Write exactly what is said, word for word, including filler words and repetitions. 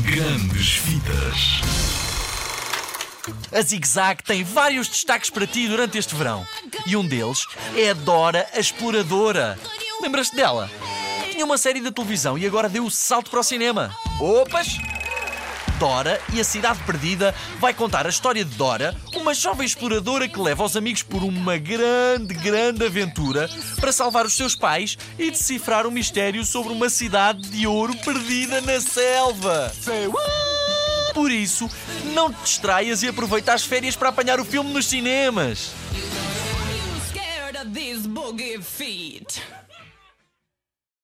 Grandes Vidas. A Zig Zag tem vários destaques para ti durante este verão. E um deles é a Dora a Exploradora. Lembras-te dela? Tinha uma série de televisão e agora deu o salto para o cinema. Opas! Dora e a Cidade Perdida vai contar a história de Dora, uma jovem exploradora que leva os amigos por uma grande, grande aventura para salvar os seus pais e decifrar um mistério sobre uma cidade de ouro perdida na selva. Por isso, não te distraias e aproveita as férias para apanhar o filme nos cinemas. Scared of these boogie feet.